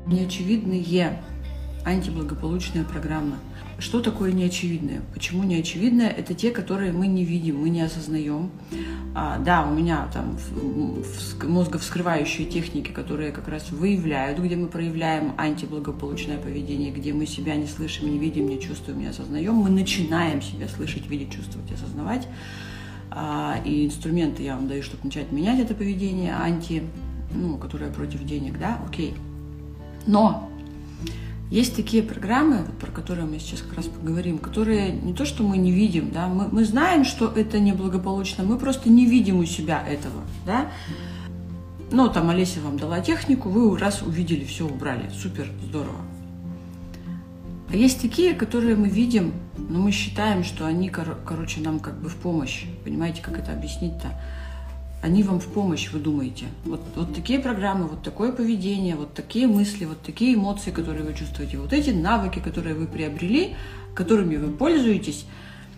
Неочевидные антиблагополучные программы. Что такое неочевидные? Почему неочевидные? Это те, которые мы не видим, мы не осознаем. Да, у меня там мозговскрывающие техники, которые как раз выявляют, где мы проявляем антиблагополучное поведение, где мы себя не слышим, не видим, не чувствуем, не осознаем. Мы начинаем себя слышать, видеть, чувствовать, осознавать. И инструменты я вам даю, чтобы начать менять это поведение которое против денег, да, окей. Но есть такие программы, про которые мы сейчас как раз поговорим, которые не то, что мы не видим, да, мы знаем, что это неблагополучно, мы просто не видим у себя этого, да. Ну, там Олеся вам дала технику, вы раз увидели, все убрали, супер, здорово. А есть такие, которые мы видим, но мы считаем, что они, нам как бы в помощь. Понимаете, как это объяснить-то? Они вам в помощь, вы думаете. Вот такие программы, вот такое поведение, вот такие мысли, вот такие эмоции, которые вы чувствуете, вот эти навыки, которые вы приобрели, которыми вы пользуетесь,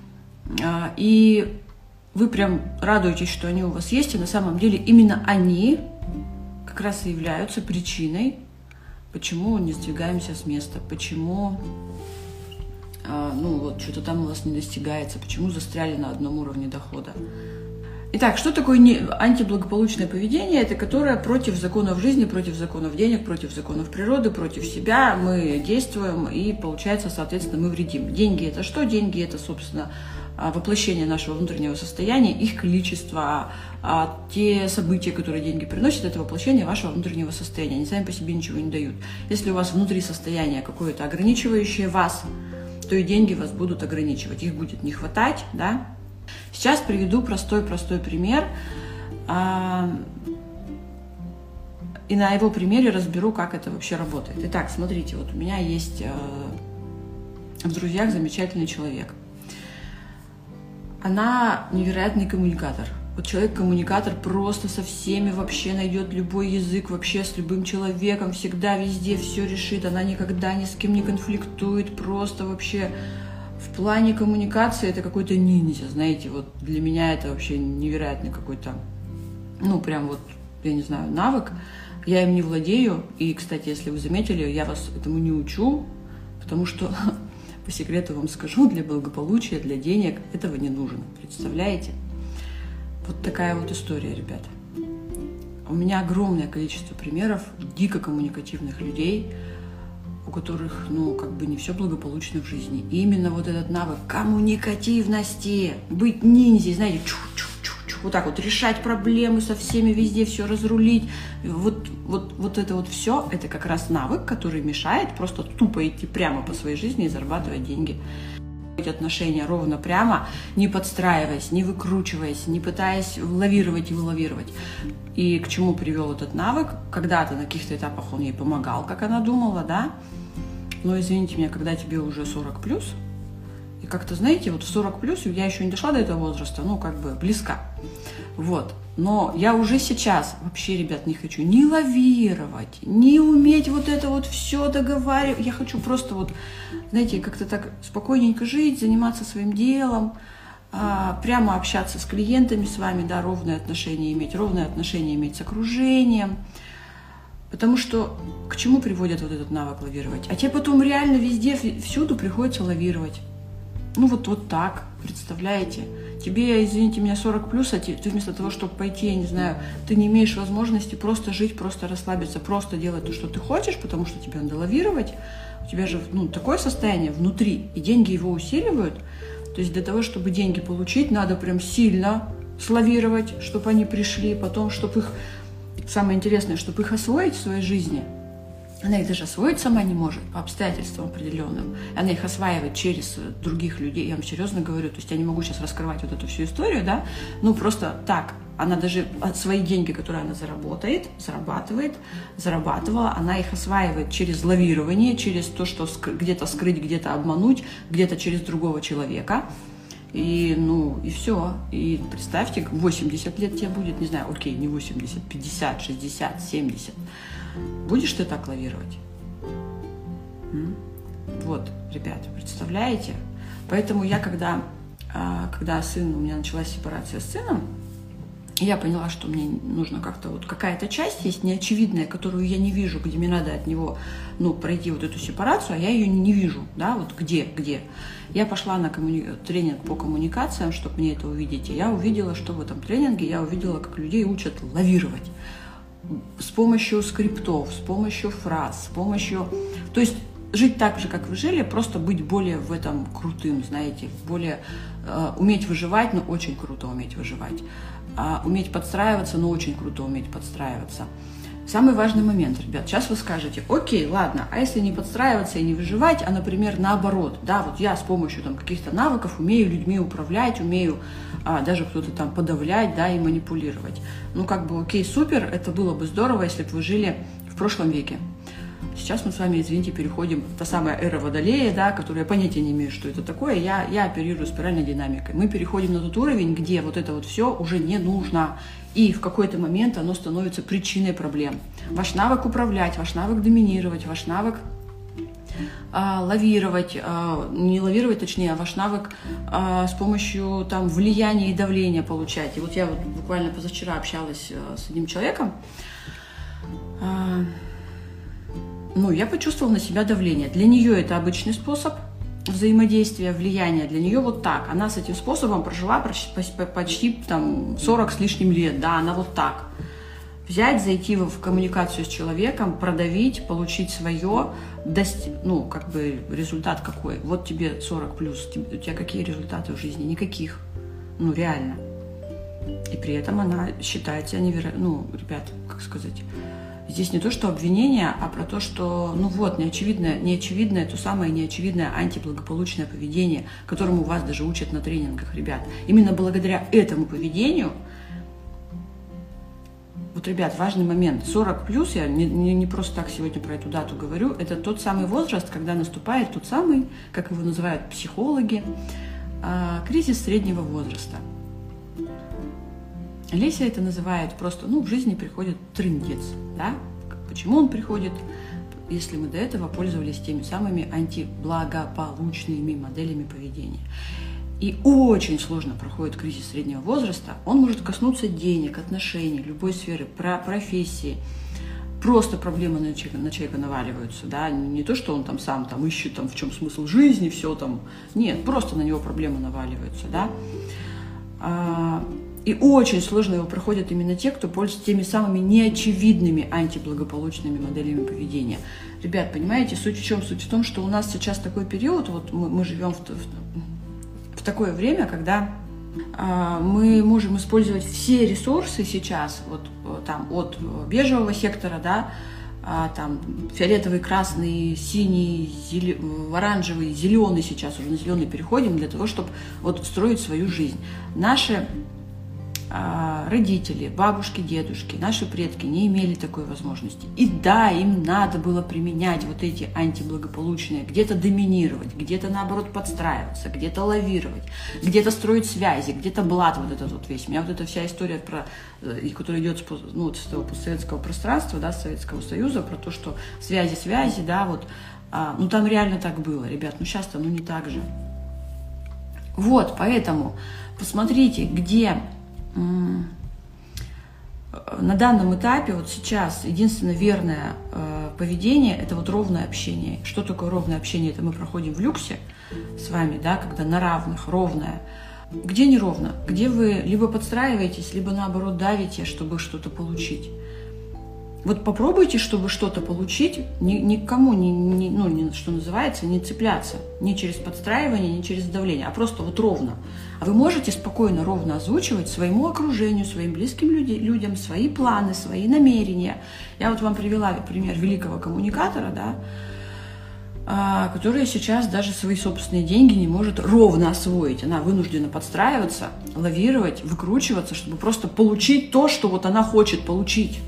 и вы прям радуетесь, что они у вас есть, и на самом деле именно они как раз и являются причиной, почему не сдвигаемся с места, почему что-то там у вас не достигается, почему застряли на одном уровне дохода. Итак, что такое антиблагополучное поведение? Это которое против законов жизни, против законов денег, против законов природы, против себя мы действуем, и получается, соответственно, мы вредим. Деньги – это что? Деньги – это, собственно, воплощение нашего внутреннего состояния, их количество, те события, которые деньги приносят, это воплощение вашего внутреннего состояния. Они сами по себе ничего не дают. Если у вас внутри состояние какое-то ограничивающее вас, то и деньги вас будут ограничивать, их будет не хватать, да? Сейчас приведу простой пример, и на его примере разберу, как это вообще работает. Итак, смотрите, вот у меня есть в друзьях замечательный человек. Она невероятный коммуникатор. Вот человек-коммуникатор просто со всеми вообще найдет любой язык, вообще с любым человеком, всегда, везде все решит. Она никогда ни с кем не конфликтует, просто вообще... В плане коммуникации это какой-то ниндзя, знаете, вот для меня это вообще невероятный какой-то, я не знаю, навык. Я им не владею, и, кстати, если вы заметили, я вас этому не учу, потому что, по секрету вам скажу, для благополучия, для денег этого не нужно, представляете? Вот такая вот история, ребята. У меня огромное количество примеров дико коммуникативных людей, у которых, не все благополучно в жизни. И именно вот этот навык коммуникативности, быть ниндзей, знаете, вот так вот решать проблемы со всеми, везде все разрулить. Вот это вот все, это как раз навык, который мешает просто тупо идти прямо по своей жизни и зарабатывать деньги. Отношения ровно прямо, не подстраиваясь, не выкручиваясь, не пытаясь лавировать и вылавировать. И к чему привел этот навык? Когда-то на каких-то этапах он ей помогал, как она думала, да? Но, извините меня, когда тебе уже 40+, и как-то, знаете, вот в 40+, я еще не дошла до этого возраста, близка. Вот. Но я уже сейчас вообще, ребят, не хочу ни лавировать, ни уметь вот это вот все договаривать. Я хочу просто знаете, как-то так спокойненько жить, заниматься своим делом, прямо общаться с клиентами с вами, да, ровные отношения иметь с окружением. Потому что к чему приводит вот этот навык лавировать? А тебе потом реально везде, всюду приходится лавировать. Вот так, представляете? Тебе, извините меня, 40+, а ты вместо того, чтобы пойти, я не знаю, ты не имеешь возможности просто жить, просто расслабиться, просто делать то, что ты хочешь, потому что тебе надо лавировать. У тебя же такое состояние внутри, и деньги его усиливают. То есть для того, чтобы деньги получить, надо прям сильно славировать, чтобы они пришли, потом, чтобы их, самое интересное, чтобы их освоить в своей жизни. Она их даже освоить сама не может по обстоятельствам определенным. Она их осваивает через других людей. Я вам серьезно говорю, то есть я не могу сейчас раскрывать вот эту всю историю, да, просто так. Она даже свои деньги, которые она зарабатывала, она их осваивает через лавирование, через то, что где-то скрыть, где-то обмануть, где-то через другого человека. И все. И представьте, 80 лет тебе будет, не знаю, окей, не 80, 50, 60, 70. Будешь ты так лавировать? Вот, ребят, представляете? Поэтому я, когда у меня началась сепарация с сыном, я поняла, что мне нужно как-то вот какая-то часть есть неочевидная, которую я не вижу, где мне надо от него, ну, пройти вот эту сепарацию, а я ее не вижу, да, вот где. Я пошла на тренинг по коммуникациям, чтобы мне это увидеть, и я увидела, что в этом тренинге я увидела, как людей учат лавировать с помощью скриптов, с помощью фраз, с помощью, то есть жить так же, как вы жили, просто быть более в этом крутым, знаете, более уметь выживать, но очень круто уметь выживать. Уметь подстраиваться, но очень круто уметь подстраиваться. Самый важный момент, ребят, сейчас вы скажете, окей, ладно, а если не подстраиваться и не выживать, а, например, наоборот, да, вот я с помощью там каких-то навыков умею людьми управлять, умею даже кто-то там подавлять, да, и манипулировать. Ну, как бы, окей, супер, это было бы здорово, если бы вы жили в прошлом веке. Сейчас мы с вами, извините, переходим в та самая эра Водолея, да, которая понятия не имеет, что это такое. Я оперирую спиральной динамикой. Мы переходим на тот уровень, где вот это вот все уже не нужно. И в какой-то момент оно становится причиной проблем. Ваш навык управлять, ваш навык доминировать, ваш навык лавировать, не лавировать, точнее, а ваш навык с помощью там влияния и давления получать. И вот я вот буквально позавчера общалась с одним человеком, ну, я почувствовала на себя давление. Для нее это обычный способ взаимодействия, влияния. Для нее вот так. Она с этим способом прожила почти там 40 с лишним лет. Да, она вот так. Взять, зайти в коммуникацию с человеком, продавить, получить свое, ну, как бы результат какой. Вот тебе 40 плюс. У тебя какие результаты в жизни? Никаких. Ну, реально. И при этом она считает себя невероятно. Ну, ребят, как сказать... Здесь не то, что обвинение, а про то, что, ну вот, неочевидное, то самое неочевидное антиблагополучное поведение, которому вас даже учат на тренингах, ребят. Именно благодаря этому поведению, вот, ребят, важный момент, 40 плюс, я не просто так сегодня про эту дату говорю, это тот самый возраст, когда наступает тот самый, как его называют психологи, кризис среднего возраста. Леся это называет просто, ну, в жизни приходит трындец, да? Почему он приходит, если мы до этого пользовались теми самыми антиблагополучными моделями поведения? И очень сложно проходит кризис среднего возраста, он может коснуться денег, отношений, любой сферы, профессии. Просто проблемы на человека наваливаются, да, не то, что он там сам там ищет, там, в чем смысл жизни, все там, нет, просто на него проблемы наваливаются, да. И очень сложно его проходят именно те, кто пользуется теми самыми неочевидными антиблагополучными моделями поведения. Ребят, понимаете, суть в чем? Суть в том, что у нас сейчас такой период, вот мы живем в такое время, когда мы можем использовать все ресурсы сейчас, вот там от бежевого сектора, да, там фиолетовый, красный, синий, оранжевый, зеленый, сейчас уже на зеленый переходим, для того, чтобы вот строить свою жизнь. Наши родители, бабушки, дедушки, наши предки не имели такой возможности. И да, им надо было применять вот эти антиблагополучные, где-то доминировать, где-то наоборот подстраиваться, где-то лавировать, где-то строить связи, где-то блат вот этот вот весь. У меня вот эта вся история, которая идет ну, с того постсоветского пространства, да, с Советского Союза, про то, что связи, да, вот, ну там реально так было, ребят, ну сейчас-то, ну не так же. Вот, поэтому посмотрите, где... На данном этапе, вот сейчас, единственное верное поведение – это вот ровное общение. Что такое ровное общение? Это мы проходим в люксе с вами, да, когда на равных, ровное. Где неровно? Где вы либо подстраиваетесь, либо наоборот давите, чтобы что-то получить. Вот попробуйте, чтобы что-то получить, никому, что называется, не цепляться. Ни через подстраивание, ни через давление, а просто вот ровно. А вы можете спокойно, ровно озвучивать своему окружению, своим близким людям свои планы, свои намерения. Я вот вам привела пример великого коммуникатора, да, которая сейчас даже свои собственные деньги не может ровно освоить. Она вынуждена подстраиваться, лавировать, выкручиваться, чтобы просто получить то, что вот она хочет получить.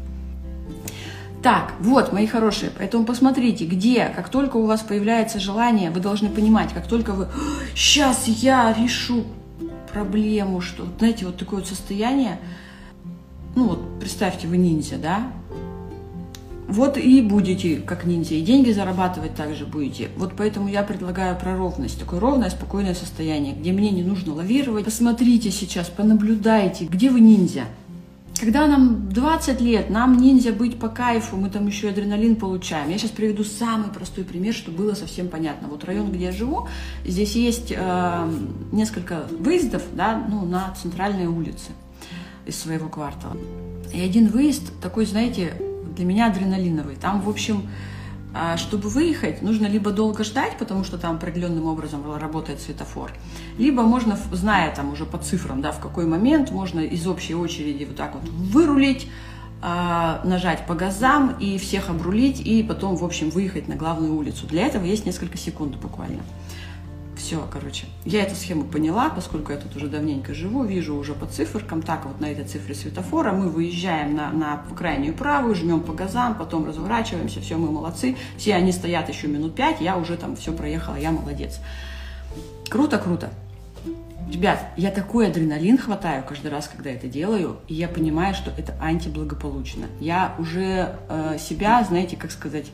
Так, вот, мои хорошие, поэтому посмотрите, где, как только у вас появляется желание, вы должны понимать, как только вы, сейчас я решу проблему, что, знаете, вот такое вот состояние, ну вот, представьте, вы ниндзя, да, Вот и будете как ниндзя, и деньги зарабатывать также будете. Вот поэтому я предлагаю про ровность, такое ровное, спокойное состояние, где мне не нужно лавировать. Посмотрите сейчас, понаблюдайте, где вы ниндзя. Когда нам 20 лет, нам ниндзя быть по кайфу, мы там еще адреналин получаем. Я сейчас приведу самый простой пример, чтобы было совсем понятно. Вот район, где я живу, здесь есть несколько выездов, да, ну, на центральные улицы из своего квартала. И один выезд такой, знаете, для меня адреналиновый. Там, в общем, чтобы выехать, нужно либо долго ждать, потому что там определенным образом работает светофор, либо можно, зная там уже по цифрам, да, в какой момент, можно из общей очереди вот так вот вырулить, нажать по газам и всех обрулить, и потом, в общем, выехать на главную улицу. Для этого есть несколько секунд буквально. Все, короче, я эту схему поняла, поскольку я тут уже давненько живу, вижу уже по циферкам, так вот на этой цифре светофора мы выезжаем на крайнюю правую, жмем по газам, потом разворачиваемся, все, мы молодцы, все они стоят еще минут 5, я уже там все проехала, я молодец. Круто, круто. Ребят, я такой адреналин хватаю каждый раз, когда это делаю, и я понимаю, что это антиблагополучно. Я уже себя, знаете, как сказать...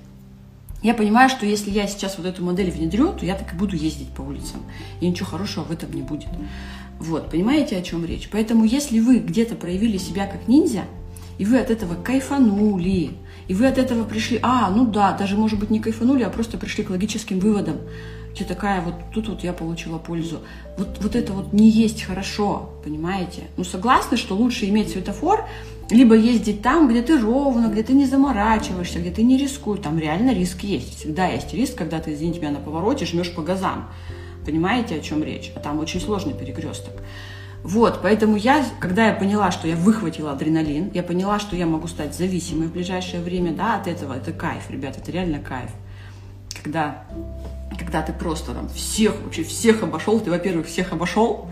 Я понимаю, что если я сейчас вот эту модель внедрю, то я так и буду ездить по улицам. И ничего хорошего в этом не будет. Вот, понимаете, о чем речь? Поэтому если вы где-то проявили себя как ниндзя, и вы от этого кайфанули, и вы от этого пришли, ну да, даже, может быть, не кайфанули, а просто пришли к логическим выводам, что такая вот, тут вот я получила пользу. Вот это вот не есть хорошо, понимаете? Ну, согласны, что лучше иметь светофор, либо ездить там, где ты ровно, где ты не заморачиваешься, где ты не рискуешь. Там реально риск есть. Всегда есть риск, когда ты, извините меня, на повороте жмешь по газам. Понимаете, о чем речь? А там очень сложный перекресток. Вот, поэтому когда я поняла, что я выхватила адреналин, я поняла, что я могу стать зависимой в ближайшее время, да, от этого. Это кайф, ребят, это реально кайф. Когда ты просто там вообще всех обошел, ты, во-первых, всех обошел,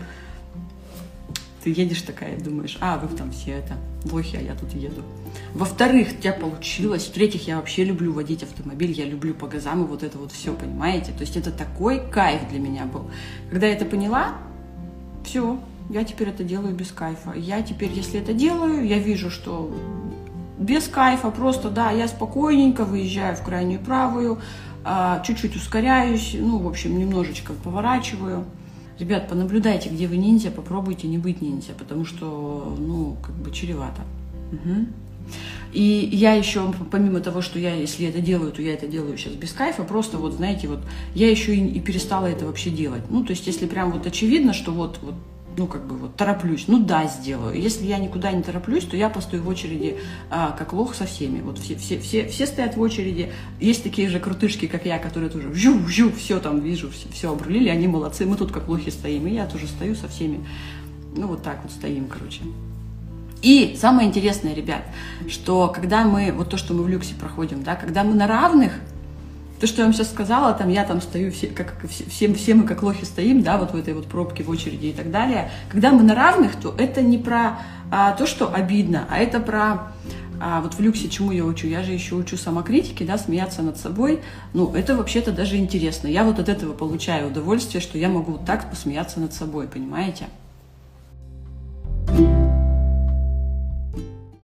ты едешь такая, думаешь, вы там все это, лохи, а я тут еду. Во-вторых, у тебя получилось. В-третьих, я вообще люблю водить автомобиль, я люблю по газам и вот это вот все, понимаете? То есть это такой кайф для меня был. Когда я это поняла, все, я теперь это делаю без кайфа. Я теперь, если это делаю, я вижу, что без кайфа, просто, да, я спокойненько выезжаю в крайнюю правую, чуть-чуть ускоряюсь, ну, в общем, немножечко поворачиваю. Ребят, понаблюдайте, где вы ниндзя, попробуйте не быть ниндзя, потому что, ну, как бы чревато. Угу. И я еще, помимо того, что я, если это делаю, то я это делаю сейчас без кайфа, просто вот, знаете, вот, я еще и перестала это вообще делать. Ну, то есть, если прям вот очевидно, что вот ну, как бы вот тороплюсь, ну да, сделаю. Если я никуда не тороплюсь, то я постою в очереди как лох со всеми. Вот все стоят в очереди. Есть такие же крутышки, как я, которые тоже вжу, все там вижу, все обрулили, они молодцы. Мы тут как лохи стоим, и я тоже стою со всеми. Ну, вот так вот стоим, короче. И самое интересное, ребят, что когда мы, вот то, что мы в люксе проходим, да, когда мы на равных, то, что я вам сейчас сказала, там я там стою, все мы как лохи стоим, да, вот в этой вот пробке, в очереди и так далее. Когда мы на равных, то это не про то, что обидно, а это про... вот в люксе чему я учу? Я же еще учу самокритики, да, смеяться над собой. Ну, это вообще-то даже интересно. Я вот от этого получаю удовольствие, что я могу вот так посмеяться над собой, понимаете?